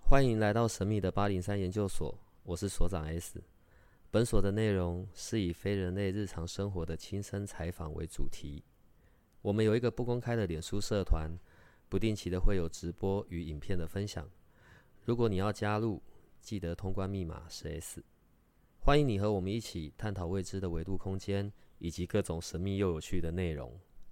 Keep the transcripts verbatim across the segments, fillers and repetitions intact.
欢迎来到神秘的八零三研究所，我是所长 S。本所的内容是以非人类日常生活的亲身采访为主题。我们有一个不公开的脸书社团，不定期的会有直播与影片的分享。如果你要加入，记得通关密码是 S。欢迎你和我们一起探讨未知的维度空间，以及各种神秘又有趣的内容。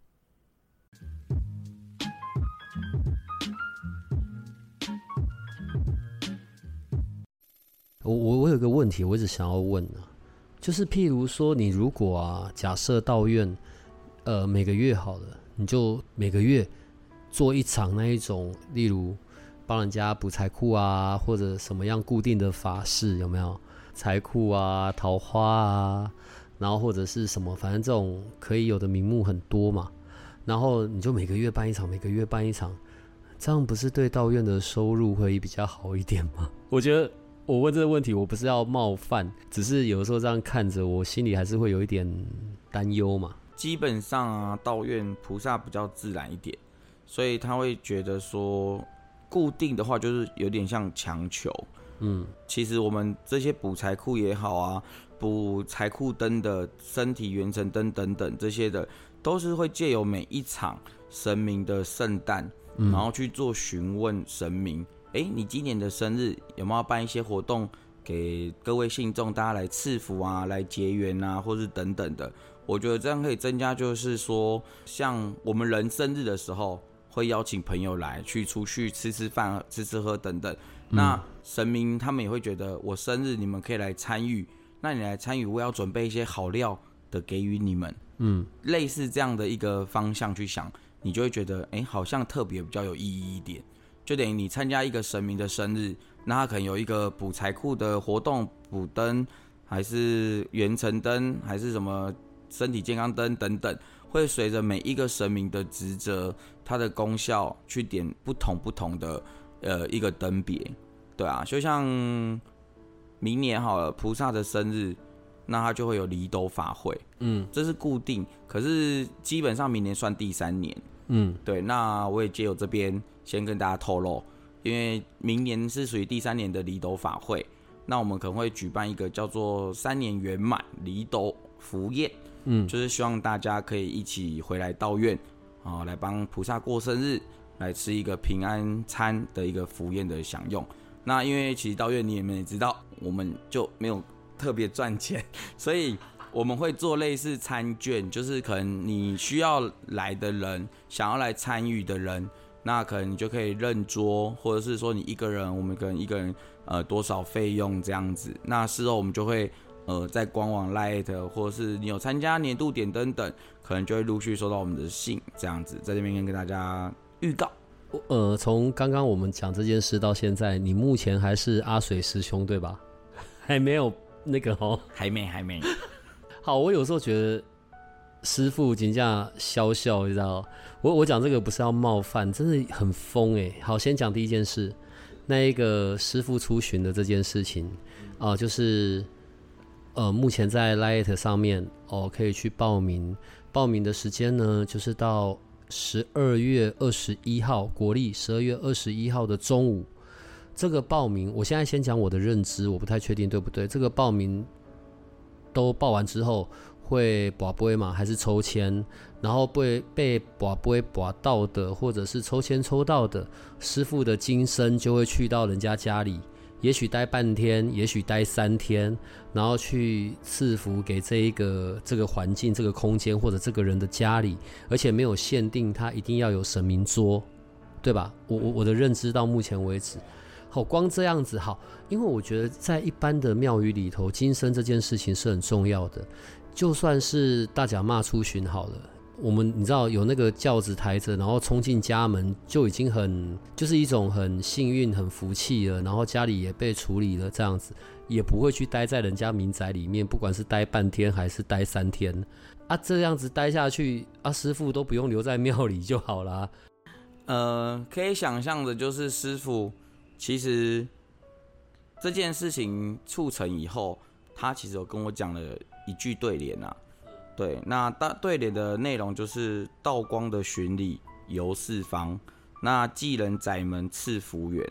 我我我有个问题，我一直想要问啊，就是譬如说，你如果啊，假设道院，呃，每个月好了，你就每个月做一场那一种，例如帮人家补财库啊，或者什么样固定的法事，有没有？财库啊，桃花啊，然后或者是什么，反正这种可以有的名目很多嘛。然后你就每个月办一场，每个月办一场，这样不是对道院的收入会比较好一点吗？我觉得。我问这个问题，我不是要冒犯，只是有时候这样看着，我心里还是会有一点担忧嘛。 基本上啊，道院菩萨比较自然一点，所以他会觉得说，固定的话就是有点像强求。嗯，其实我们这些补财库也好啊，补财库灯的身体元神灯等等这些的，都是会借由每一场神明的圣诞，嗯、然后去做询问神明。哎，你今年的生日有没有办一些活动给各位信众，大家来赐福啊，来结缘啊，或是等等的？我觉得这样可以增加，就是说，像我们人生日的时候，会邀请朋友来去出去吃吃饭、吃吃喝等等。嗯、那神明他们也会觉得，我生日你们可以来参与，那你来参与，我要准备一些好料的给予你们。嗯，类似这样的一个方向去想，你就会觉得，哎，好像特别比较有意义一点。就等于你参加一个神明的生日，那他可能有一个补财库的活动，补灯还是元辰灯，还是什么身体健康灯等等，会随着每一个神明的职责，它的功效去点不同不同的呃一个灯别，对啊，就像明年好了，菩萨的生日，那他就会有离斗法会，嗯，这是固定，可是基本上明年算第三年。嗯，对，那我也借由这边先跟大家透露，因为明年是属于第三年的离斗法会，那我们可能会举办一个叫做三年圆满离斗福宴，嗯，就是希望大家可以一起回来道院啊，来帮菩萨过生日，来吃一个平安餐的一个福宴的享用。那因为其实道院你们也知道，我们就没有特别赚钱，所以我们会做类似餐券，就是可能你需要来的人，想要来参与的人，那可能你就可以认桌，或者是说你一个人，我们可能一个人呃多少费用这样子。那事后我们就会呃在官网 Line 或者是你有参加年度点灯等，可能就会陆续收到我们的信这样子，在这边跟大家预告。 呃，从刚刚我们讲这件事到现在，你目前还是阿水师兄对吧？还没有那个哦， 还没还没。 好，我有时候觉得师父真的笑笑，你知道，我我讲这个不是要冒犯，真的很疯哎。好，先讲第一件事，那一个师父出巡的这件事情啊、呃，就是呃，目前在 Lite 上面哦，可以去报名，报名的时间呢，就是到十二月二十一号，国历十二月二十一号的中午。这个报名，我现在先讲我的认知，我不太确定对不对。这个报名都报完之后，会拔杯嘛，还是抽签？然后被被拔杯拔到的，或者是抽签抽到的，师父的金身就会去到人家家里，也许待半天，也许待三天，然后去赐福给这一个这个环境、这个空间或者这个人的家里，而且没有限定他一定要有神明桌，对吧？我我我的认知到目前为止。好，光这样子好，因为我觉得在一般的庙宇里头，金身这件事情是很重要的。就算是大甲妈出巡好了，我们你知道有那个轿子抬着，然后冲进家门，就已经很就是一种很幸运、很福气了。然后家里也被处理了，这样子也不会去待在人家民宅里面，不管是待半天还是待三天啊，这样子待下去啊，师父都不用留在庙里就好啦。 呃，可以想象的就是师父。其实这件事情促成以后，他其实有跟我讲了一句对联啊。对，那对联的内容就是道光的巡礼游四方，那济人窄门赐福缘。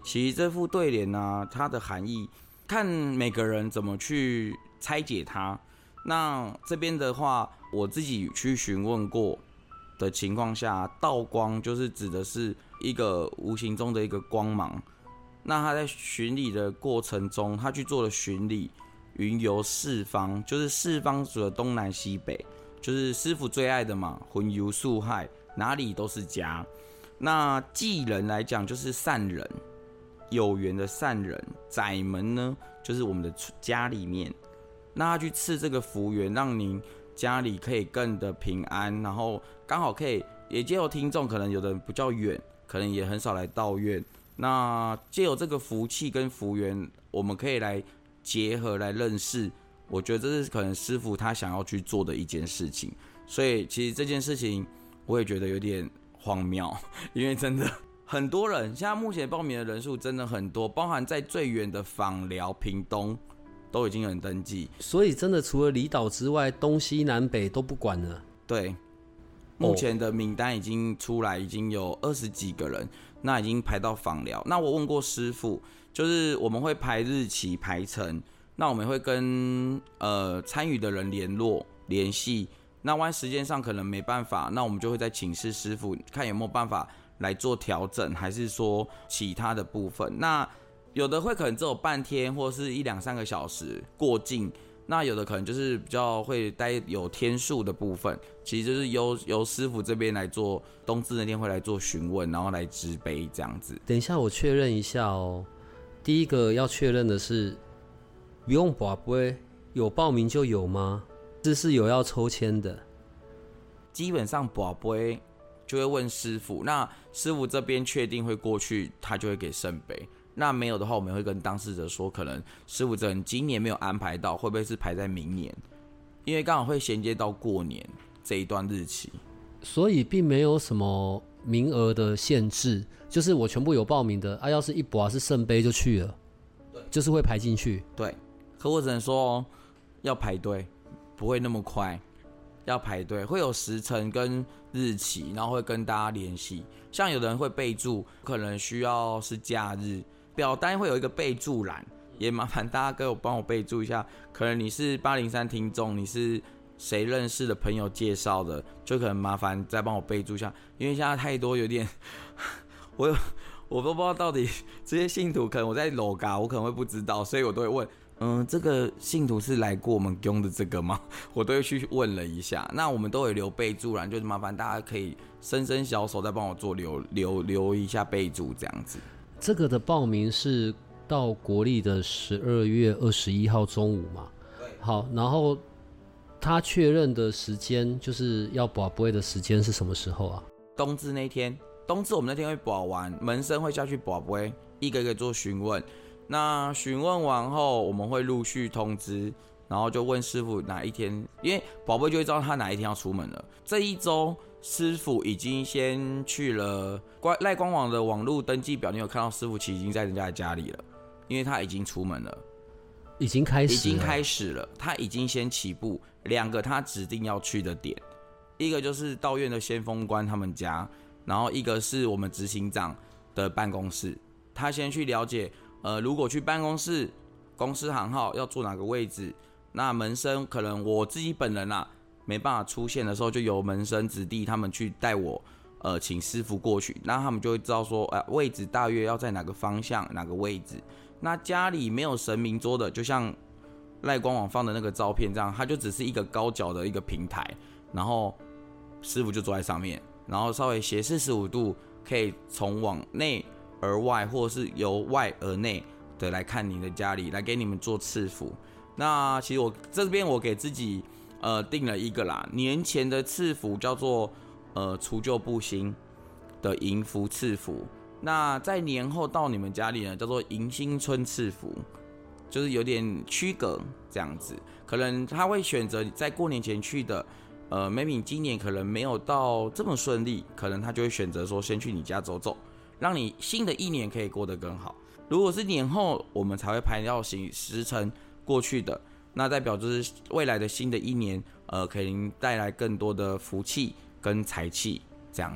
其实这副对联啊，它的含义看每个人怎么去拆解它。那这边的话，我自己去询问过的情况下，道光就是指的是一个无形中的一个光芒。那他在巡礼的过程中，他去做了巡礼，云游四方，就是四方除了东南西北，就是师傅最爱的嘛，魂游四海，哪里都是家。那济人来讲就是善人，有缘的善人。窄门呢，就是我们的家里面。那他去赐这个福缘，让您家里可以更的平安，然后刚好可以也借由听众，可能有的人比较远，可能也很少来道院。那借由这个福气跟福缘，我们可以来结合来认识，我觉得这是可能师傅他想要去做的一件事情。所以其实这件事情我也觉得有点荒谬，因为真的很多人，现在目前报名的人数真的很多，包含在最远的枋寮、屏东都已经有人登记。 所以真的除了离岛之外，东西南北都不管了。 对，目前的名单已经出来，已经有二十几个人，那已经排到枋寮。那我问过师傅，就是我们会排日期排程，那我们会跟呃参与的人联络联系。那万一时间上可能没办法，那我们就会再请示师傅，看有没有办法来做调整，还是说其他的部分。那有的会可能只有半天，或是一两三个小时过境。那有的可能就是比较会待有天数的部分，其实就是由由师傅这边来做，冬至那天会来做询问，然后来执杯这样子。 等一下我确认一下哦，第一个要确认的是，不用拔杯，有报名就有吗？这是有要抽签的？ 基本上拔杯就会问师傅，那师傅这边确定会过去，他就会给圣杯。那没有的话，我们会跟当事者说，可能师傅这人今年没有安排到，会不会是排在明年？因为刚好会衔接到过年这一段日期， 所以并没有什么名额的限制，就是我全部有报名的啊，要是一拔是圣杯就去了，就是会排进去。 对，可我只能说哦，要排队，不会那么快，要排队，会有时辰跟日期，然后会跟大家联系。像有的人会备注，可能需要是假日。表单会有一个备注栏，也麻烦大家给我帮我备注一下。可能你是八零三听众，你是谁认识的朋友介绍的，就可能麻烦再帮我备注一下，因为现在太多有点，我我都不知道到底这些信徒，可能我在楼嘎，我可能会不知道，所以我都会问，嗯，这个信徒是来过我们用的这个吗？我都会去问了一下。那我们都有留备注栏，就是麻烦大家可以伸伸小手，再帮我做留留留一下备注这样子。 这个的报名是到国历的十二月二十一号中午嘛？好，然后他确认的时间就是要拔杯的时间是什么时候啊？ 冬至那天，冬至我们那天会拔完，门生会下去拔杯，一个一个做询问。那询问完后，我们会陆续通知，然后就问师傅哪一天，因为拔杯就会知道他哪一天要出门了。这一周。师傅已经先去了赖官网的网络登记表，你有看到师傅其实已经在人家的家里了，因为他已经出门了， 已经开始了， 已经开始了，他已经先起步。两个他指定要去的点，一个就是道院的先锋官他们家，然后一个是我们执行长的办公室。他先去了解，呃，如果去办公室，公司行号要坐哪个位置，那门生可能我自己本人啊。没办法出现的时候，就由门生子弟他们去带我，呃，请师傅过去，那他们就会知道说，呃，位置大约要在哪个方向、哪个位置。那家里没有神明桌的，就像赖官网放的那个照片这样，它就只是一个高脚的一个平台，然后师傅就坐在上面，然后稍微斜四十五度，可以从往内而外，或者是由外而内的来看你的家里，来给你们做赐福。那其实我这边我给自己。呃，定了一个啦，年前的赐福叫做呃除旧布新的迎福赐福。那在年后到你们家里呢，叫做迎新春赐福，就是有点区隔这样子。可能他会选择在过年前去的，呃 ，maybe 你今年可能没有到这么顺利，可能他就会选择说先去你家走走，让你新的一年可以过得更好。如果是年后，我们才会排到时辰过去的。那代表就是未来的新的一年，呃，可以带来更多的福气跟财气这样子。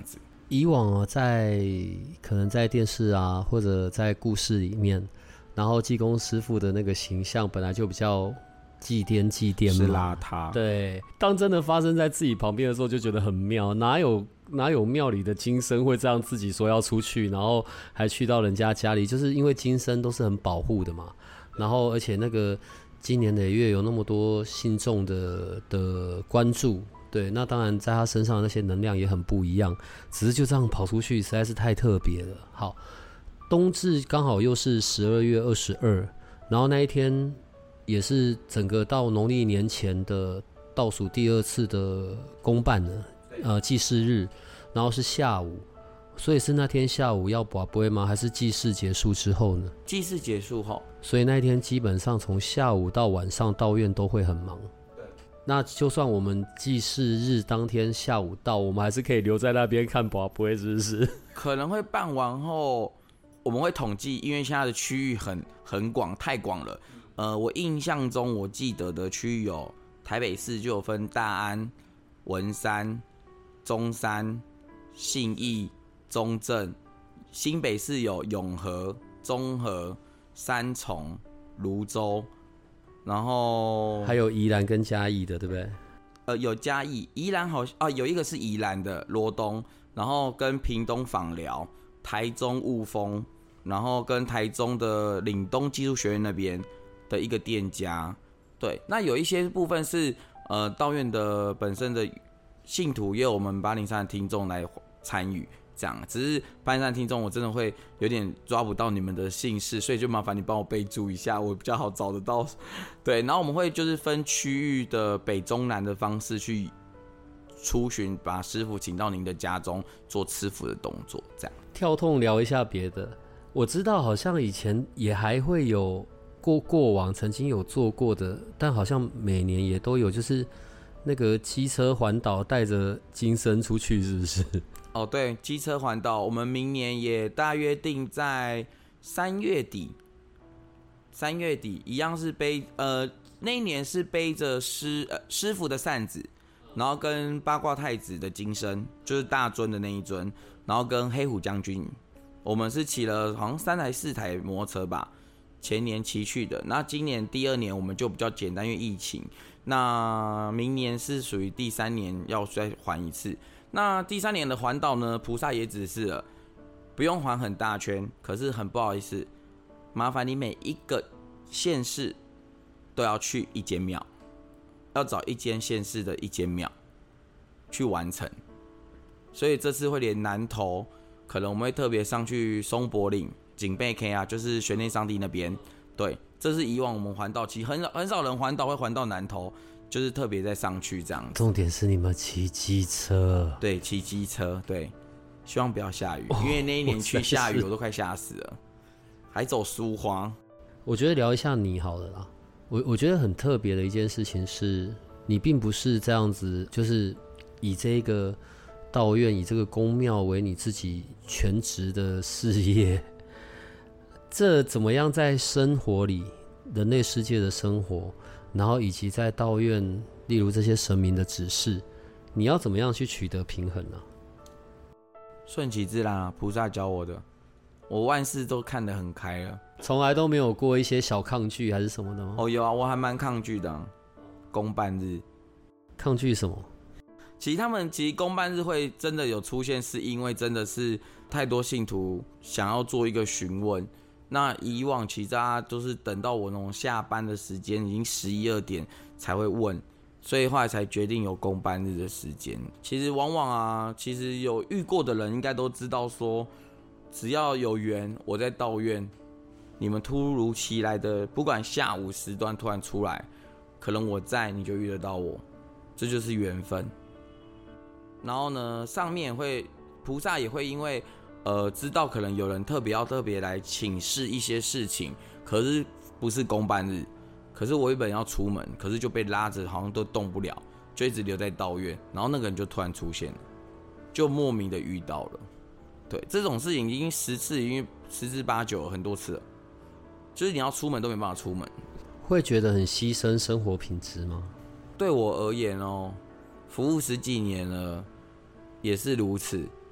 以往啊，在可能在电视啊，或者在故事里面，然后济公师傅的那个形象本来就比较祭颠祭颠嘛， 是邋遢。 对，当真的发生在自己旁边的时候，就觉得很妙，哪有哪有庙里的金身会这样自己说要出去，然后还去到人家家里，就是因为金身都是很保护的嘛，然后而且那个今年的月有那么多信众的的关注。对，那当然在他身上的那些能量也很不一样，只是就这样跑出去实在是太特别了。好，冬至刚好又是十二月二十二，然后那一天也是整个到农历年前的倒数第二次的公办呢，呃，祭祀日，然后是下午，所以是那天下午要拔杯吗？还是祭祀结束之后呢？ 祭祀结束后， 所以那一天基本上从下午到晚上道院都会很忙。那就算我们祭祀日当天下午到，我们还是可以留在那边看拔杯，是不是？ 可能会办完后，我们会统计，因为现在的区域很很广，太广了。呃，我印象中我记得的区域有台北市就有分大安、文山、中山、信义、中正；新北市有永和、中和、三重、芦洲。然后还有宜兰跟嘉义的，对不对？ 呃，有嘉义、宜兰好啊，有一个是宜兰的罗东，然后跟屏东枋寮、台中雾峰，然后跟台中的岭东技术学院那边的一个店家。对，那有一些部分是呃道院的本身的信徒，也有我们八零三的听众来参与。这样，只是八零三听众我真的会有点抓不到你们的姓氏，所以就麻烦你帮我备注一下，我比较好找得到。对，然后我们会就是分区域的北中南的方式去出巡，把师傅请到您的家中做赐福的动作。这样跳痛聊一下别的，我知道好像以前也还会有过过往曾经有做过的，但好像每年也都有，就是那个机车环岛带着金身出去，是不是？ 哦，对，机车环岛，我们明年也大约定在三月底，三月底一样是背，呃，那一年是背着师呃师傅的扇子，然后跟八卦太子的金身，就是大尊的那一尊，然后跟黑虎将军，我们是骑了好像三台四台摩托车吧，前年骑去的，那今年第二年我们就比较简单，因为疫情，那明年是属于第三年要再环一次。那第三年的环岛呢，菩萨也指示了，不用环很大圈，可是很不好意思，麻烦你每一个县市都要去一间庙，要找一间县市的一间庙去完成。所以这次会连南投，可能我们会特别上去松柏岭、景贝 K 啊，就是玄内上帝那边。对，这是以往我们环岛，其实很少很少人环岛会环到南投。就是特别再上去这样子。 重点是你们骑机车， 对，骑机车，对，希望不要下雨，哦、因为那一年去下雨我都快吓死了，还走苏花。 我觉得聊一下你好了啦，我我觉得很特别的一件事情是，你并不是这样子，就是以这个道院、以这个宫庙为你自己全职的事业，这怎么样在生活里，人类世界的生活？然后以及在道院，例如这些神明的指示，你要怎么样去取得平衡呢、啊？ 顺其自然啊，菩萨教我的，我万事都看得很开了， 从来都没有过一些小抗拒还是什么的吗？ 哦，有啊，我还蛮抗拒的、啊。公办日， 抗拒什么？ 其实他们其实公办日会真的有出现，是因为真的是太多信徒想要做一个询问。那以往其实大家都是等到我那种下班的时间已经十一二点才会问，所以后来才决定有公办日的时间。其实往往啊，其实有遇过的人应该都知道说，只要有缘，我在道院，你们突如其来的，不管下午时段突然出来，可能我在你就遇得到我，这就是缘分。然后呢，上面会菩萨也会因为。呃，知道可能有人特别要特别来请示一些事情，可是不是公办日，可是我原本要出门，可是就被拉着，好像都动不了，就一直留在道院，然后那个人就突然出现了，就莫名的遇到了。对，这种事情已经十次，已经十之八九很多次了，就是你要出门都没办法出门， 会觉得很牺牲生活品质吗？ 对我而言哦，服务十几年了，也是如此。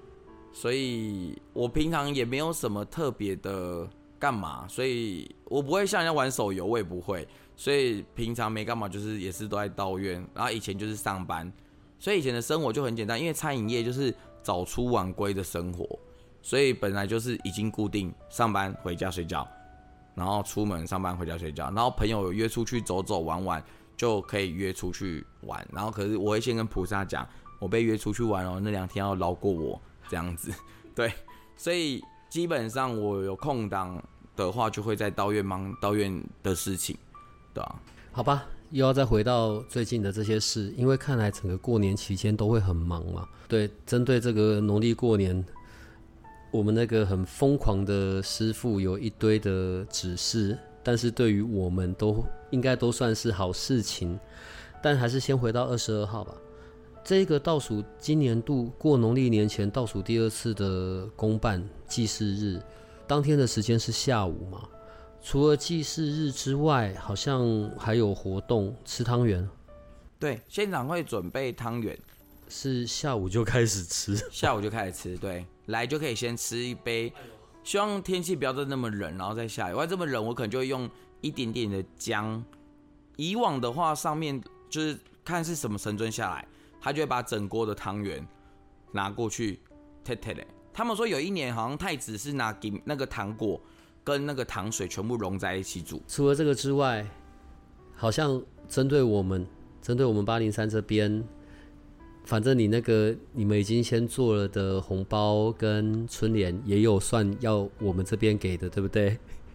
所以我平常也没有什么特别的干嘛，所以我不会像人家玩手游，我也不会，所以平常没干嘛，就是也是都在道院，然后以前就是上班，所以以前的生活就很简单，因为餐饮业就是早出晚归的生活，所以本来就是已经固定上班回家睡觉，然后出门上班回家睡觉，然后朋友有约出去走走玩玩，就可以约出去玩，然后可是我会先跟菩萨讲，我被约出去玩哦，那两天要饶过我这样子，对，所以基本上我有空档的话，就会在道院忙道院的事情，对啊。 好吧，又要再回到最近的这些事，因为看来整个过年期间都会很忙嘛。对，针对这个农历过年，我们那个很疯狂的师父有一堆的指示，但是对于我们都应该都算是好事情。但还是先回到二十二号吧。这个倒数今年度过农历年前倒数第二次的公办祭祀日，当天的时间是下午嘛。除了祭祀日之外，好像还有活动，吃汤圆。 对，现场会准备汤圆， 是下午就开始吃， 下午就开始吃。对，来就可以先吃一杯，希望天气不要再那么冷，然后再下雨。要这么冷，我可能就会用一点点的姜。以往的话，上面就是看是什么神尊下来，他就会把整锅的汤圆拿过去贴贴嘞。他们说有一年好像太子是拿那个糖果跟那个糖水全部融在一起煮。 除了这个之外，好像针对我们，针对我们八零三这边，反正你那个你们已经先做了的红包跟春联，也有算要我们这边给的，对不对？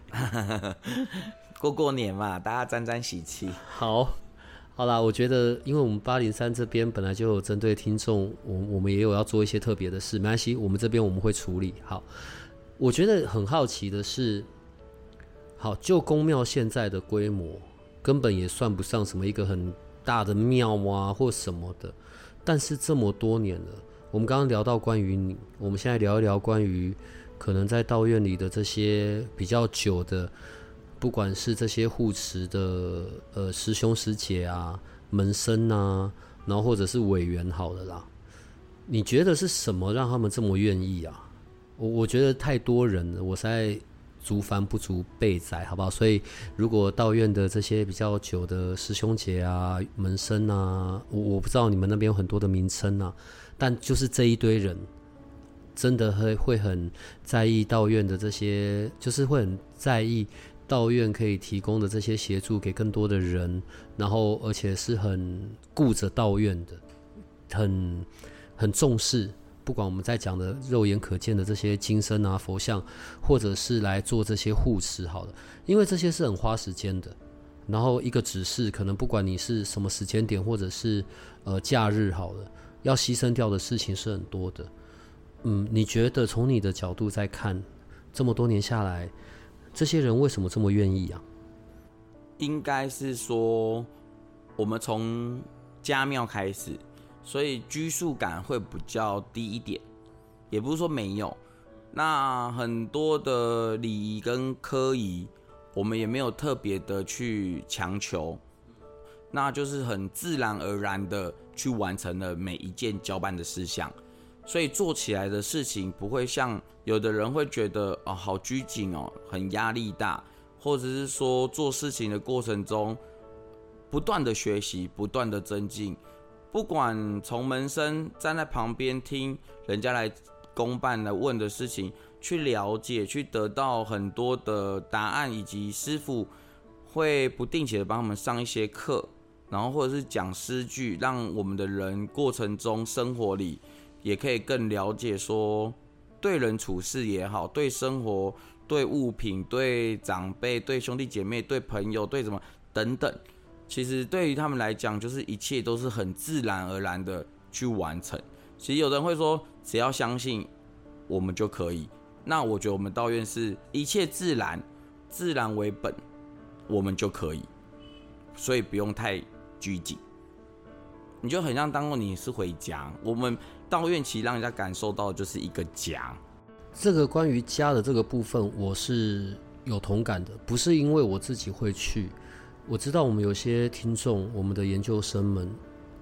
过过年嘛，大家沾沾喜气。 好。好啦，我觉得因为我们八零三这边本来就有针对听众，我我们也有要做一些特别的事，没关系，我们这边我们会处理。好，我觉得很好奇的是，好，就宫庙现在的规模，根本也算不上什么一个很大的庙啊或什么的，但是这么多年了，我们刚刚聊到关于你，我们现在聊一聊关于可能在道院里的这些比较久的。不管是这些护持的呃师兄师姐啊、门生啊，然后或者是委员好了啦，你觉得是什么让他们这么愿意啊？我我觉得太多人了，我实在足凡不足备载，好不好？所以如果道院的这些比较久的师兄姐啊、门生啊，我我不知道你们那边有很多的名称啊，但就是这一堆人。真的会会很在意道院的这些，就是会很在意道院可以提供的这些协助给更多的人，然后而且是很顾着道院的，很很重视。不管我们在讲的肉眼可见的这些金身啊、佛像，或者是来做这些护持，好了，因为这些是很花时间的。然后一个指示，可能不管你是什么时间点，或者是呃假日好了，要牺牲掉的事情是很多的。嗯，你觉得从你的角度在看，这么多年下来，这些人为什么这么愿意啊？ 应该是说，我们从家庙开始，所以拘束感会比较低一点，也不是说没有。那很多的礼仪跟科仪，我们也没有特别的去强求，那就是很自然而然的去完成了每一件交办的事项。所以做起来的事情不会像有的人会觉得哦好拘谨哦，很压力大，或者是说做事情的过程中不断的学习，不断的增进，不管从门生站在旁边听人家来公办来问的事情，去了解，去得到很多的答案，以及师父会不定期的帮他们上一些课，然后或者是讲诗句，让我们的人过程中生活里。也可以更了解说，对人处事也好，对生活、对物品、对长辈、对兄弟姐妹、对朋友、对什么等等，其实对于他们来讲，就是一切都是很自然而然的去完成。其实有人会说，只要相信我们就可以。那我觉得我们道院是一切自然，自然为本，我们就可以，所以不用太拘谨。你就很像当过你是回家，我们道院其实让人家感受到的就是一个家。 这个关于家的这个部分，我是有同感的，不是因为我自己会去，我知道我们有些听众，我们的研究生们，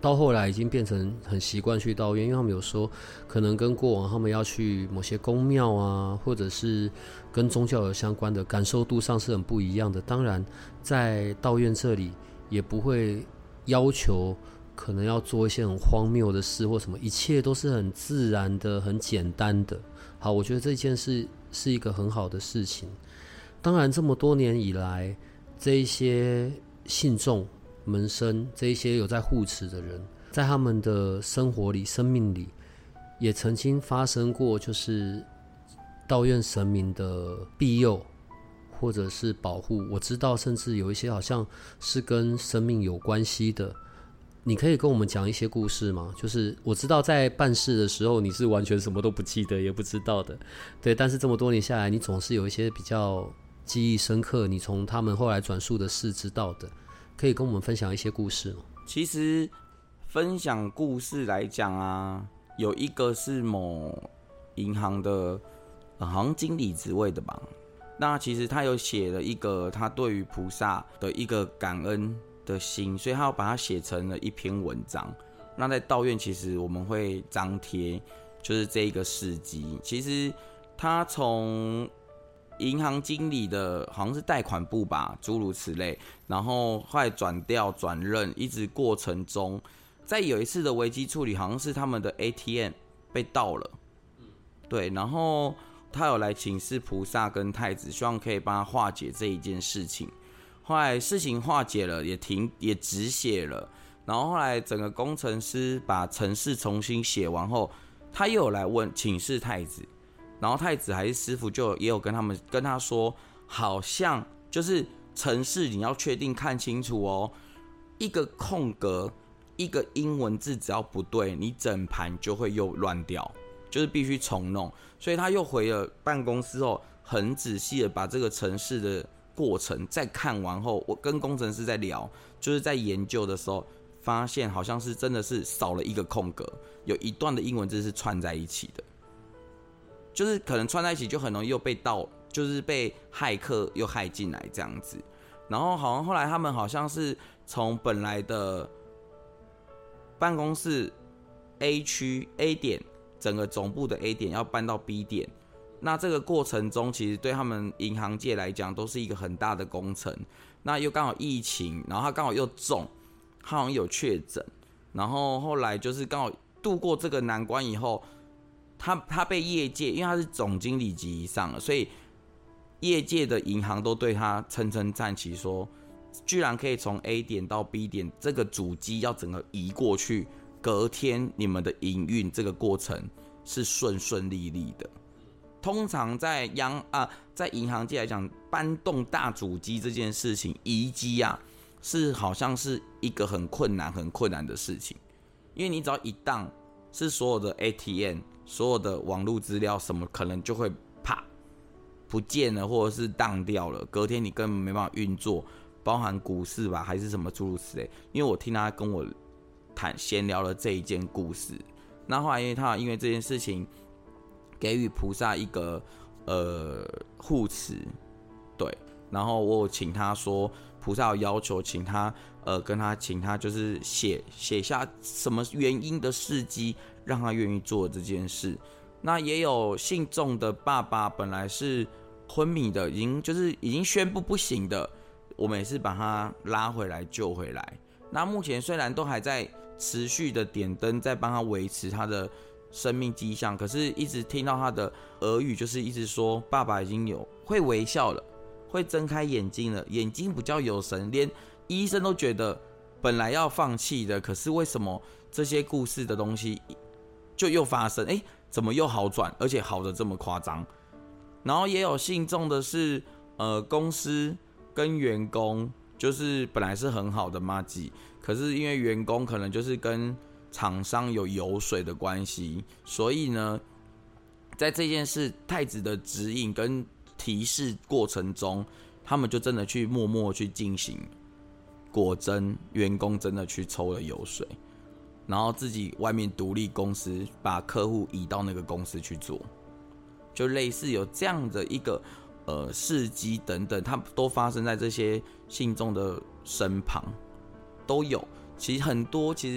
到后来已经变成很习惯去道院，因为他们有说可能跟过往他们要去某些宫庙啊，或者是跟宗教有相关的，感受度上是很不一样的。当然在道院这里也不会要求可能要做一些很荒谬的事或什么，一切都是很自然的很简单的。好，我觉得这件事是一个很好的事情。当然这么多年以来，这一些信众门生，这一些有在护持的人，在他们的生活里生命里也曾经发生过，就是道院神明的庇佑或者是保护。我知道甚至有一些好像是跟生命有关系的，你可以跟我们讲一些故事吗？就是我知道在办事的时候你是完全什么都不记得也不知道的，对，但是这么多年下来，你总是有一些比较记忆深刻，你从他们后来转述的事知道的，可以跟我们分享一些故事吗？ 其实分享故事来讲啊，有一个是某银行的好像经理职位的吧，那其实他有写了一个他对于菩萨的一个感恩的心，所以他要把它写成了一篇文章。那在道院其实我们会张贴就是这一个事迹，其实他从银行经理的好像是贷款部吧，诸如此类，然后后来转调转任，一直过程中，在有一次的危机处理，好像是他们的 A T M 被盗了，对，然后他有来请示菩萨跟太子，希望可以帮他化解这一件事情。后来事情化解了，也停也止血了，然后后来整个工程师把程式重新写完后，他又有来问请示太子。然后太子还是师父就也有跟他们跟他说，好像就是程式你要确定看清楚哦，一个空格一个英文字只要不对，你整盘就会又乱掉，就是必须重弄。所以他又回了办公室后，很仔细的把这个程式的过程再看完后，我跟工程师在聊，就是在研究的时候发现好像是真的是少了一个空格，有一段的英文字是串在一起的，就是可能串在一起就很容易又被盗，就是被骇客又害进来这样子。然后好像后来他们好像是从本来的办公室 A 区 A 点，整个总部的 A 点要搬到 B 点，那这个过程中其实对他们银行界来讲都是一个很大的工程。那又刚好疫情，然后他刚好又中，他好像有确诊，然后后来就是刚好度过这个难关以后，他他被业界，因为他是总经理级以上了，所以业界的银行都对他称称赞齐，说居然可以从 A 点到 B 点，这个主机要整个移过去，隔天你们的营运这个过程是顺顺利利的。通常在央啊，在银行界来讲，搬动大主机这件事情，移机啊，是好像是一个很困难、很困难的事情，因为你只要一当，是所有的 A T M、所有的网络资料什么，可能就会啪不见了，或者是当掉了，隔天你根本没办法运作，包含股市吧，还是什么诸如此类。因为我听他跟我谈闲聊了这一件故事，那后来因为他因为这件事情。给予菩萨一个呃护持，对，然后我有请他说，菩萨有要求，请他呃跟他请他就是写写下什么原因的事迹，让他愿意做这件事。那也有信众的爸爸本来是昏迷的，已经就是已经宣布不行的，我们也是把他拉回来救回来。那目前虽然都还在持续的点灯，在帮他维持他的生命迹象，可是一直听到他的耳语，就是一直说爸爸已经有会微笑了，会睁开眼睛了，眼睛比较有神，连医生都觉得本来要放弃的，可是为什么这些故事的东西就又发生？哎，怎么又好转，而且好的这么夸张？然后也有信众的是，呃，公司跟员工就是本来是很好的麻吉，可是因为员工可能就是跟厂商有油水的关系，所以呢，在这件事太子的指引跟提示过程中，他们就真的去默默去进行，果真员工真的去抽了油水，然后自己外面独立公司把客户移到那个公司去做，就类似有这样的一个呃事迹等等，它都发生在这些信众的身旁，都有。其实很多其实。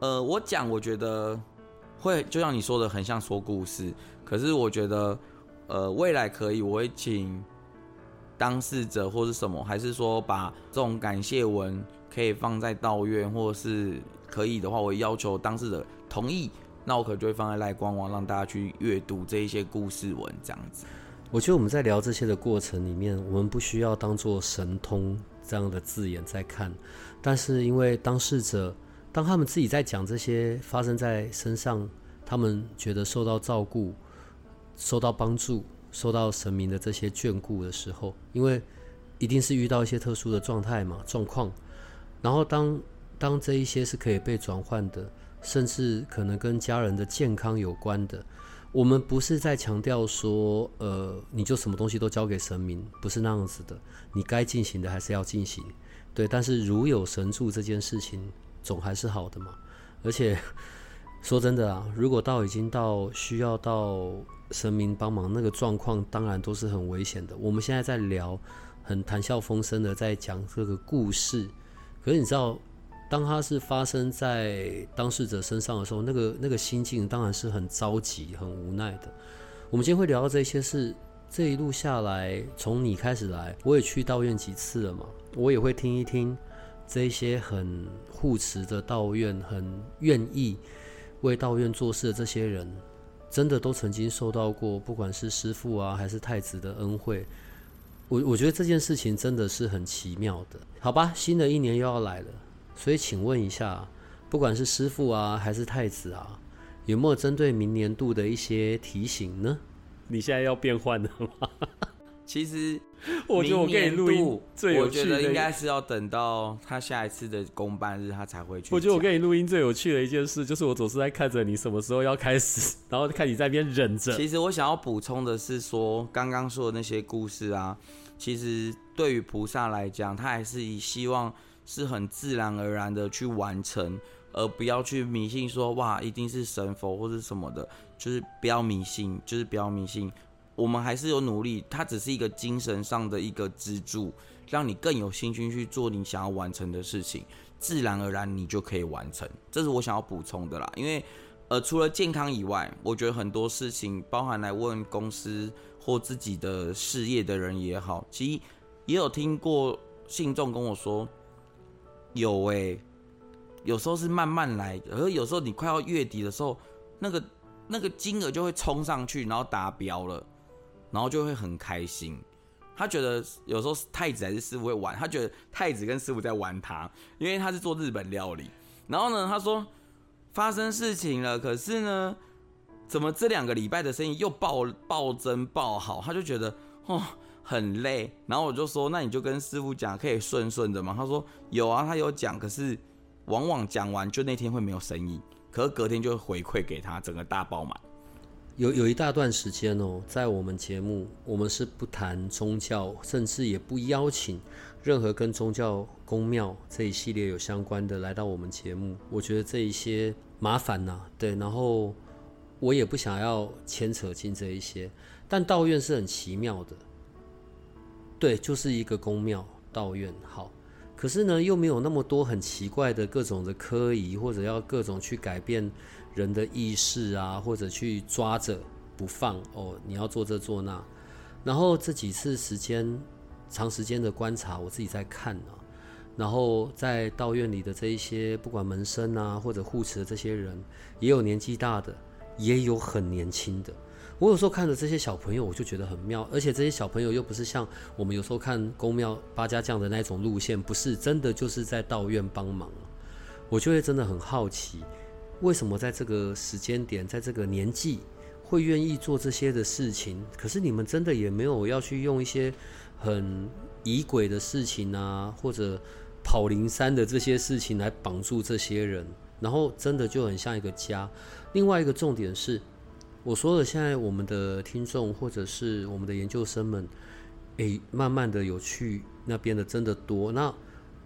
呃，我讲我觉得会就像你说的，很像说故事。可是我觉得，呃，未来可以，我会请当事者或是什么，还是说把这种感谢文可以放在道院，或者是可以的话，我要求当事者同意，那我可能就会放在赖官网，让大家去阅读这一些故事文，这样子。 我觉得我们在聊这些的过程里面，我们不需要当作神通这样的字眼在看，但是因为当事者，当他们自己在讲这些发生在身上，他们觉得受到照顾、受到帮助、受到神明的这些眷顾的时候，因为一定是遇到一些特殊的状态嘛、状况，然后当当这一些是可以被转换的，甚至可能跟家人的健康有关的，我们不是在强调说，呃，你就什么东西都交给神明，不是那样子的，你该进行的还是要进行，对。但是如有神助这件事情，总还是好的嘛。而且说真的啊，如果到已经到需要到神明帮忙那个状况，当然都是很危险的。我们现在在聊，很谈笑风生的在讲这个故事，可是你知道，当它是发生在当事者身上的时候，那个那个心境当然是很着急、很无奈的。我们今天会聊到这些事，这一路下来，从你开始来，我也去道院几次了嘛，我也会听一听这些很护持的道院、很愿意为道院做事的这些人，真的都曾经受到过，不管是师父啊还是太子的恩惠。我我觉得这件事情真的是很奇妙的。好吧，新的一年又要来了。所以请问一下，不管是师父啊还是太子啊，有没有针对明年度的一些提醒呢？你现在要变换了吗？ 其实我觉得我跟你录音最有趣的， 我觉得应该是要等到他下一次的公办日，他才会去讲。 我觉得我跟你录音最有趣的一件事，就是我总是在看着你什么时候要开始，然后看你在那边忍着。 其实我想要补充的是说，刚刚说的那些故事啊，其实对于菩萨来讲，他还是希望是很自然而然的去完成，而不要去迷信说哇一定是神佛或是什么的，就是不要迷信，就是不要迷信。我们还是有努力，它只是一个精神上的一个支柱，让你更有信心去做你想要完成的事情，自然而然你就可以完成。这是我想要补充的啦，因为呃除了健康以外，我觉得很多事情，包含来问公司或自己的事业的人也好，其实也有听过信众跟我说，有哎、欸，有时候是慢慢来，而有时候你快要月底的时候，那个那个金额就会冲上去，然后达标了。然后就会很开心，他觉得有时候太子还是师傅会玩，他觉得太子跟师傅在玩他，因为他是做日本料理。然后呢，他说发生事情了，可是呢，怎么这两个礼拜的生意又暴暴增暴好？他就觉得哦很累。然后我就说，那你就跟师傅讲，可以顺顺的吗？他说有啊，他有讲，可是往往讲完就那天会没有生意，可是隔天就会回馈给他，整个大爆满。 有有一大段时间哦，在我们节目，我们是不谈宗教，甚至也不邀请任何跟宗教、宫庙这一系列有相关的来到我们节目。我觉得这一些麻烦呐、啊，对，然后我也不想要牵扯进这一些。但道院是很奇妙的，对，就是一个宫庙道院好，可是呢，又没有那么多很奇怪的各种的科仪，或者要各种去改变人的意识啊，或者去抓着不放哦，你要做这做那。然后这几次时间长时间的观察，我自己在看啊，然后在道院里的这一些不管门生啊或者护持的这些人，也有年纪大的，也有很年轻的。我有时候看着这些小朋友，我就觉得很妙，而且这些小朋友又不是像我们有时候看宫庙八家将的那种路线，不是真的就是在道院帮忙，我就会真的很好奇。为什么在这个时间点，在这个年纪，会愿意做这些的事情？可是你们真的也没有要去用一些很仪轨的事情啊，或者跑灵山的这些事情来绑住这些人，然后真的就很像一个家。另外一个重点是，我说了，现在我们的听众或者是我们的研究生们，诶，慢慢的有去那边的真的多。那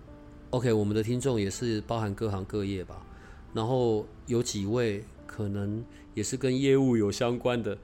OK， 我们的听众也是包含各行各业吧。然后有几位可能也是跟业务有相关的，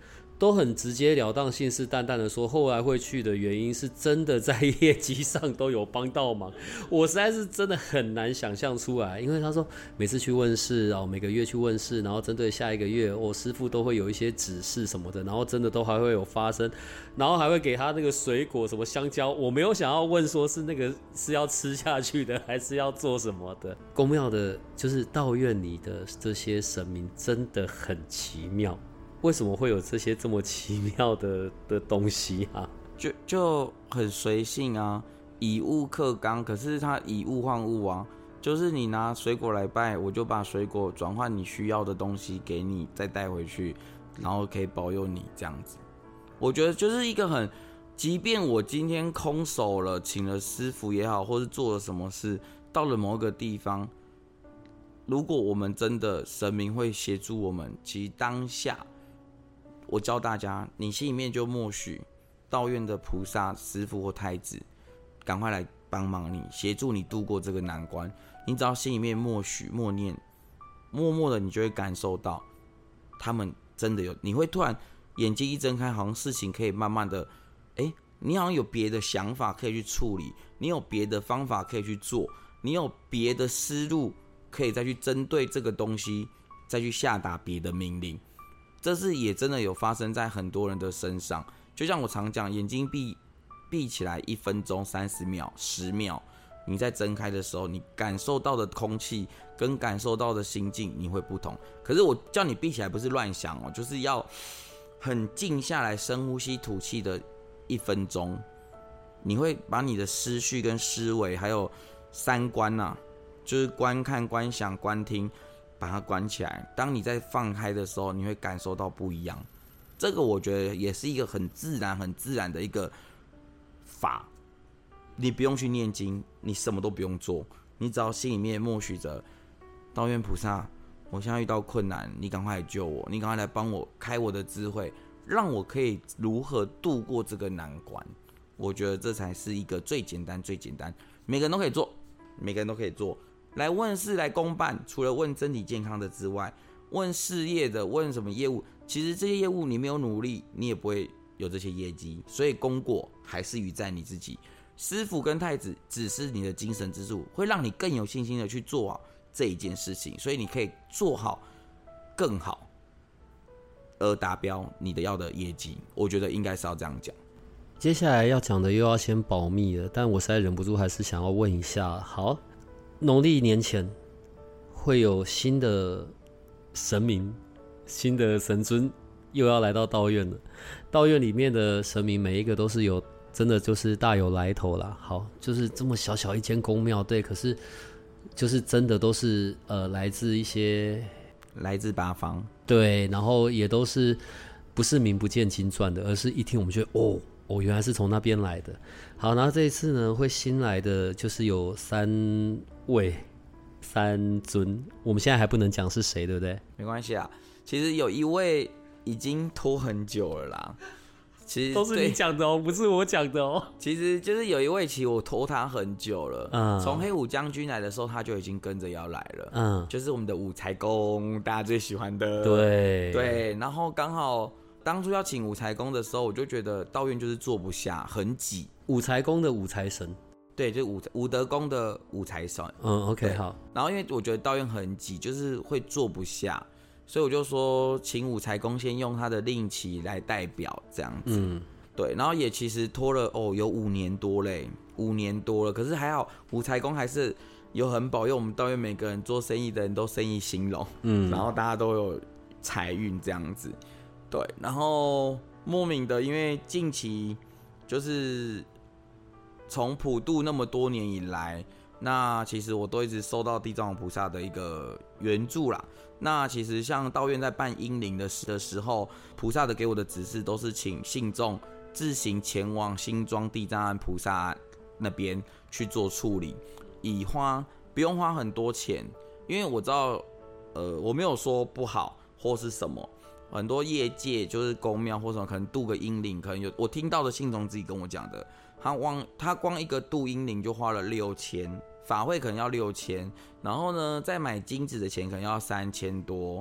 都很直截了当、信誓旦旦的说，后来会去的原因是真的在业绩上都有帮到忙。我实在是真的很难想象出来，因为他说每次去问事，然后每个月去问事，然后针对下一个月，我、哦、师傅都会有一些指示什么的，然后真的都还会有发生，然后还会给他那个水果，什么香蕉，我没有想要问说是那个是要吃下去的，还是要做什么的。宫庙的，就是道院里的这些神明真的很奇妙。为什么会有这些这么奇妙 的, 的东西啊？ 就就很随性啊，以物克刚，可是它以物换物啊，就是你拿水果来拜，我就把水果转换你需要的东西给你，再带回去，然后可以保佑你这样子。我觉得就是一个很，即便我今天空手了，请了师傅也好，或是做了什么事，到了某一个地方，如果我们真的神明会协助我们，其实当下。我教大家，你心里面就默许道院的菩萨、师父或太子，赶快来帮忙你，协助你度过这个难关。你只要心里面默许、默念，默默的，你就会感受到，他们真的有。你会突然眼睛一睁开，好像事情可以慢慢的，哎，你好像有别的想法可以去处理，你有别的方法可以去做，你有别的思路可以再去针对这个东西，再去下达别的命令。这是也真的有发生在很多人的身上，就像我常讲，眼睛闭闭起来一分钟、三十秒、十秒，你在睁开的时候，你感受到的空气跟感受到的心境你会不同。可是我叫你闭起来不是乱想哦，就是要很静下来，深呼吸吐气的一分钟，你会把你的思绪跟思维还有三观啊，就是观看、观想、观听。把它关起来，当你在放开的时候，你会感受到不一样。这个我觉得也是一个很自然、很自然的一个法。你不用去念经，你什么都不用做，你只要心里面默许着道院菩萨，我现在遇到困难，你赶快来救我，你赶快来帮我开我的智慧，让我可以如何度过这个难关。我觉得这才是一个最简单、最简单，每个人都可以做，每个人都可以做。来问事来公办，除了问身体健康的之外，问事业的，问什么业务，其实这些业务你没有努力，你也不会有这些业绩，所以功果还是于在你自己。师父跟太子只是你的精神支柱，会让你更有信心的去做好这一件事情，所以你可以做好更好，而达标你的要的业绩。我觉得应该是要这样讲。 接下来要讲的又要先保密了，但我实在忍不住还是想要问一下，好。农历年前会有新的神明、新的神尊又要来到道院了。道院里面的神明每一个都是有真的就是大有来头啦。好，就是这么小小一间宫庙，对，可是就是真的都是呃来自一些来自八方， 对，然后也都是不是名不见经传的，而是一听我们觉得哦。哦，原来是从那边来的。好，然后这一次呢，会新来的就是有三位三尊，我们现在还不能讲是谁，对不对？ 没关系啊，其实有一位已经拖很久了啦。其实都是你讲的哦，不是我讲的哦。 其实就是有一位，其实我拖他很久了。 嗯， 从黑武将军来的时候，他就已经跟着要来了。 嗯， 就是我们的武财公，大家最喜欢的。 对对，然后刚好。当初要请武财公的时候，我就觉得道院就是坐不下，很挤。 武财公的武财神， 对，就是武武德宫的武财神。 嗯 ，OK， 好。 然后因为我觉得道院很挤，就是会坐不下，所以我就说请武财公先用他的令旗来代表这样子。嗯，对。然后也其实拖了哦，有五年多嘞，五年多了。可是还好，武财公还是有很保佑我们道院每个人做生意的人都生意兴隆。嗯，然后大家都有财运这样子。对，然后莫名的，因为近期就是从普渡那么多年以来，那其实我都一直收到地藏王菩萨的一个援助啦。那其实像道院在办阴灵的时候，菩萨的给我的指示都是请信众自行前往新庄地藏王菩萨那边去做处理，以花不用花很多钱，因为我知道，呃，我没有说不好或是什么。很多业界就是宫庙或什么，可能渡个阴灵，可能有我听到的信众自己跟我讲的，他光他光一个渡阴灵就花了六千，法会可能要六千，然后呢再买金子的钱可能要三千多，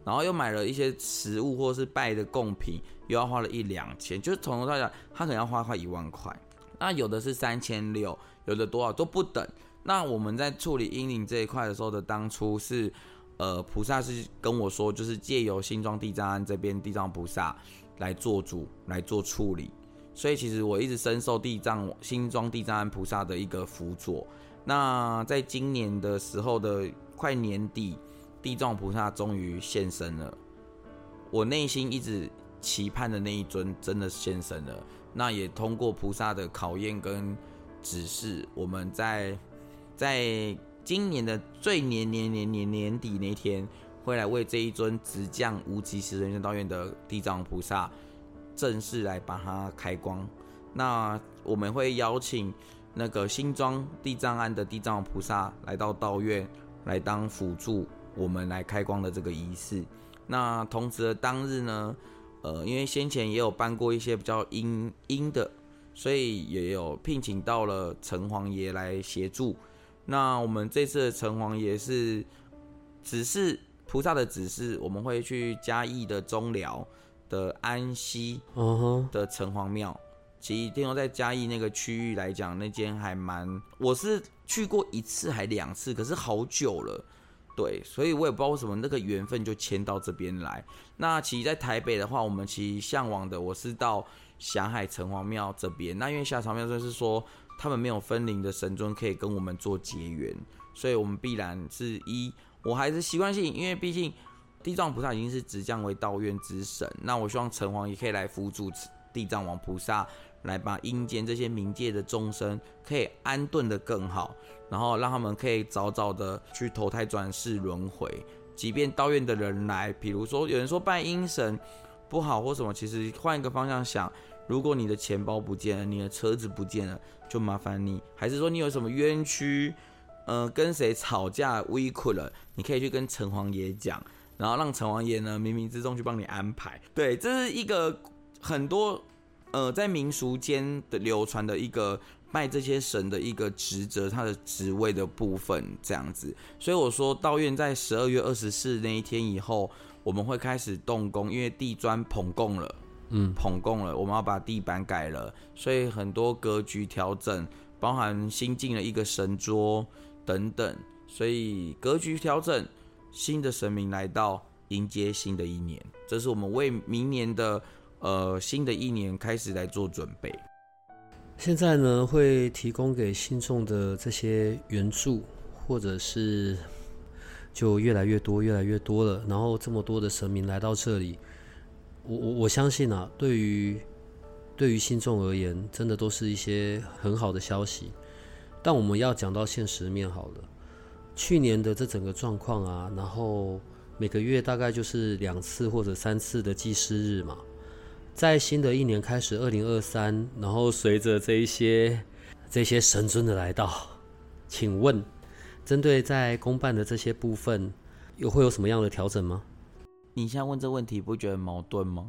然后又买了一些食物或是拜的贡品，又要花了一两千，就是从头到脚他可能要花快一万块。那有的是三千六，有的多少都不等。那我们在处理阴灵这一块的时候的当初是，呃，菩萨是跟我说，就是借由新庄地藏庵这边地藏菩萨来做主来做处理。所以其实我一直深受地藏新庄地藏庵菩萨的一个辅佐。那在今年的时候的快年底，地藏菩萨终于现身了。我内心一直期盼的那一尊真的现身了。那也通过菩萨的考验跟指示，我们在在今年的最年年年年年底那天，会来为这一尊直降无极十人间道院的地藏菩萨正式来把它开光。那我们会邀请那个新庄地藏庵的地藏菩萨来到道院来当辅助，我们来开光的这个仪式。那同时的当日呢，呃，因为先前也有办过一些比较阴阴的，所以也有聘请到了城隍爷来协助。那我们这次的城隍爷是指示菩萨的指示，我们会去嘉义的中寮的安溪的城隍庙。其实听说在嘉义那个区域来讲，那间还蛮，我是去过一次还两次，可是好久了。对，所以我也不知道为什么那个缘分就迁到这边来。那其实在台北的话，我们其实向往的我是到霞海城隍庙这边。那因为霞海城隍庙就是说他们没有分灵的神尊可以跟我们做结缘，所以我们必然是一，我还是习惯性，因为毕竟地藏菩萨已经是直降为道院之神，那我希望城隍也可以来辅助地藏王菩萨，来把阴间这些冥界的众生可以安顿得更好，然后让他们可以早早的去投胎转世轮回。即便道院的人来，比如说有人说拜阴神不好或什么，其实换一个方向想，如果你的钱包不见了，你的车子不见了，就麻烦你，还是说你有什么冤屈，呃，跟谁吵架委屈了，你可以去跟城隍爷讲，然后让城隍爷呢冥冥之中去帮你安排。对，这是一个很多呃在民俗间的流传的一个拜这些神的一个职责，他的职位的部分这样子。所以我说道院在十二月二十四那一天以后，我们会开始动工，因为地砖捧供了。嗯，捧供了，我们要把地板改了，所以很多格局调整，包含新进了一个神桌等等，所以格局调整，新的神明来到，迎接新的一年，这是我们为明年的呃新的一年开始来做准备。 现在呢，会提供给信众的这些援助，或者是就越来越多，越来越多了，然后这么多的神明来到这里。我, 我, 我相信啊，对于对于信众而言，真的都是一些很好的消息。但我们要讲到现实面好了，去年的这整个状况啊，然后每个月大概就是两次或者三次的祭祀日嘛。在新的一年开始，二零二三，然后随着这一些这些神尊的来到，请问，针对在公办的这些部分，又会有什么样的调整吗？ 你现在问这问题不觉得矛盾吗？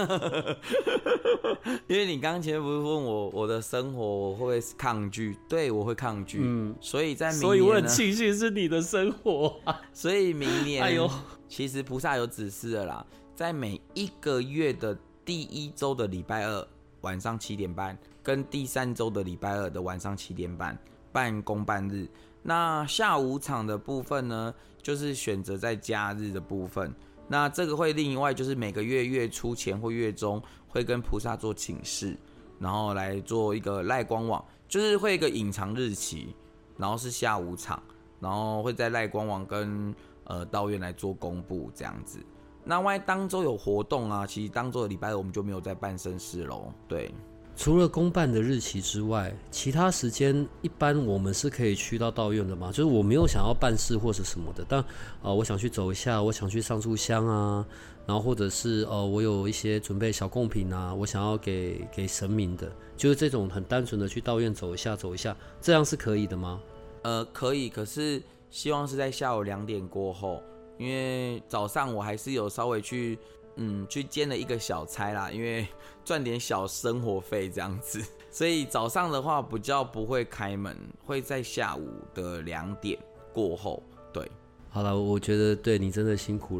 因为你刚刚前面不是问我我的生活我会不会抗拒？对，我会抗拒。嗯，所以在明年呢， 所以我很庆幸是你的生活、啊。 所以明年，哎呦，其实菩萨有指示了啦，在每一个月的第一周的礼拜二晚上七点半，跟第三周的礼拜二的晚上七点半办公办日。那下午场的部分呢，就是选择在假日的部分。那这个会另外就是每个月月初前或月中会跟菩萨做请示，然后来做一个赖官网，就是会有一个隐藏日期，然后是下午场，然后会在赖官网跟呃道院来做公布这样子。那万一当周有活动啊，其实当周的礼拜二我们就没有在办盛事咯。对， 除了公办的日期之外，其他时间一般我们是可以去到道院的嘛？就是我没有想要办事或是什么的，但呃，我想去走一下，我想去上炷香啊，然后或者是呃，我有一些准备小贡品啊，我想要给给神明的，就是这种很单纯的去道院走一下走一下，这样是可以的吗？ 呃，可以，可是希望是在下午两点过后，因为早上我还是有稍微去。嗯，去兼了一个小差啦，因为赚点小生活费这样子，所以早上的话比较不会开门，会在下午的两点过后。对， 好了，我觉得对你真的辛苦了啦。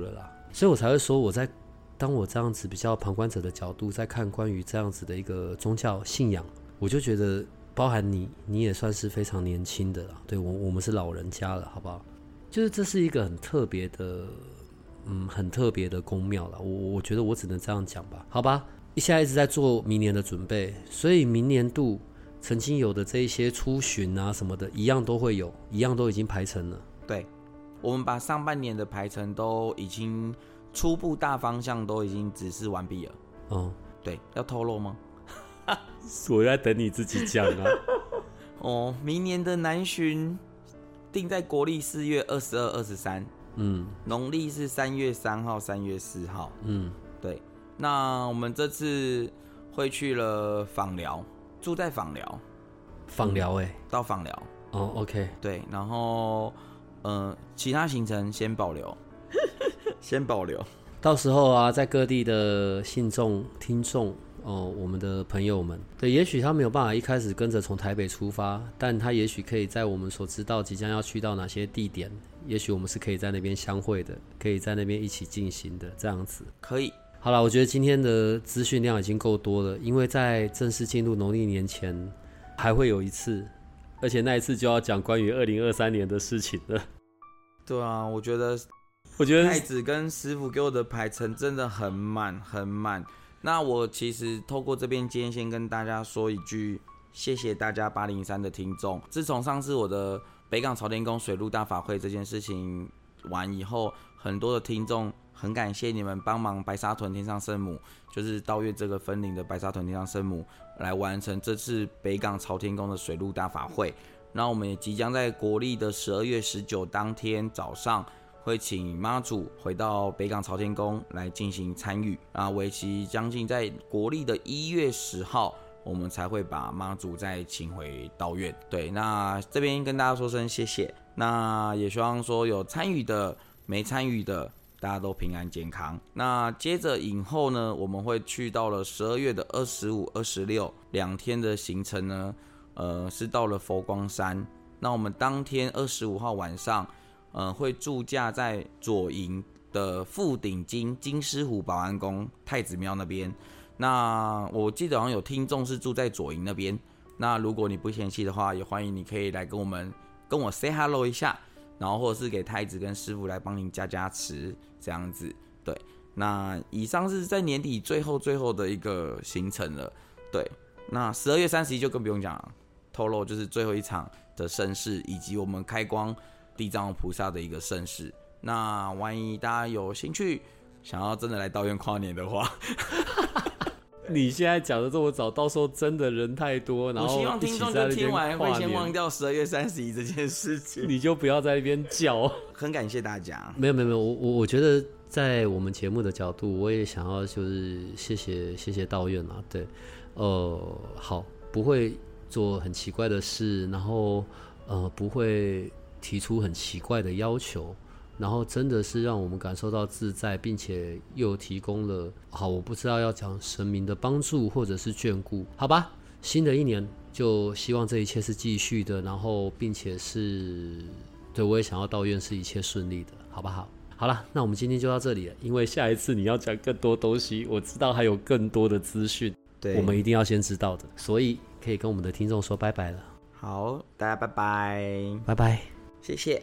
所以我才会说，我在当我这样子比较旁观者的角度在看关于这样子的一个宗教信仰，我就觉得包含你，你也算是非常年轻的啦。对，我我们是老人家了，好不好？就是这是一个很特别的，嗯，很特别的宫庙啦。我我觉得我只能这样讲吧，好吧？现在一直在做明年的准备，所以明年度曾经有的这一些出巡啊什么的，一样都会有，一样都已经排成了。 对，我们把上半年的排程都已经初步大方向都已经指示完毕了。 哦， 对，要透露吗？ 我在等你自己讲啊。 哦，明年的南巡定在国历四月二十二、二十三，嗯，农历是三月三号、三月四号，嗯，对。那我们这次会去了枋寮，住在枋寮。 枋寮哎， 到枋寮。 哦 ，OK， 对，然后呃，其他行程先保留，先保留。 到时候啊，在各地的信众、听众哦，我们的朋友们，对，也许他没有办法一开始跟着从台北出发，但他也许可以在我们所知道即将要去到哪些地点，也许我们是可以在那边相会的，可以在那边一起进行的，这样子可以。 好啦，我觉得今天的资讯量已经够多了，因为在正式进入农历年前，还会有一次，而且那一次就要讲关于二零二三年的事情了。 对啊，我觉得， 我觉得太子跟师傅给我的排程真的很满很满。那我其实透过这边今天先跟大家说一句，谢谢大家八零三的听众。自从上次我的北港朝天宫水陆大法会这件事情完以后，很多的听众很感谢你们帮忙白沙屯天上圣母，就是道岳这个分灵的白沙屯天上圣母，来完成这次北港朝天宫的水陆大法会。那我们也即将在国历的十二月十九当天早上，会请妈祖回到北港朝天宫来进行参与。啊，为期将近在国历的一月十号，我们才会把妈祖再请回道院。对，那这边跟大家说声谢谢。那也希望说有参与的、没参与的，大家都平安健康。那接着以后呢，我们会去到了十二月的二十五、二十六两天的行程呢。呃，是到了佛光山。那我们当天二十五号晚上，呃，会驻驾在左营的富鼎金金狮湖保安宫太子庙那边。那我记得好像有听众是住在左营那边。那如果你不嫌弃的话，也欢迎你可以来跟我们跟我 say hello 一下，然后或者是给太子跟师傅来帮您加加持这样子。对，那以上是在年底最后最后的一个行程了。对，那十二月三十一就更不用讲了。透露就是最后一场的盛事，以及我们开光地藏王菩萨的一个盛事。那万一大家有兴趣，想要真的来道院跨年的话， 你现在讲的这么早，到时候真的人太多，然后我希望听众就听完会先忘掉十二月三十一这件事情， 你就不要在那边叫。 很感谢大家。 没有没有没有，我我我觉得在我们节目的角度，我也想要就是谢谢谢谢道院啊，对，呃，好，不会做很奇怪的事，然后呃不会提出很奇怪的要求，然后真的是让我们感受到自在，并且又提供了好，我不知道要讲神明的帮助或者是眷顾，好吧？新的一年就希望这一切是继续的，然后并且是对我也想要道院是一切顺利的，好不好？好了，那我们今天就到这里了，因为下一次你要讲更多东西，我知道还有更多的资讯，我们一定要先知道的，所以可以跟我们的听众说拜拜了。 好，大家拜拜， 拜拜， 谢谢。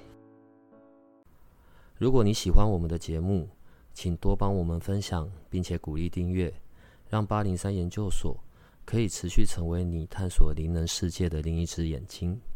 如果你喜欢我们的节目，请多帮我们分享，并且鼓励订阅，让八零三研究所可以持续成为你探索灵能世界的另一只眼睛。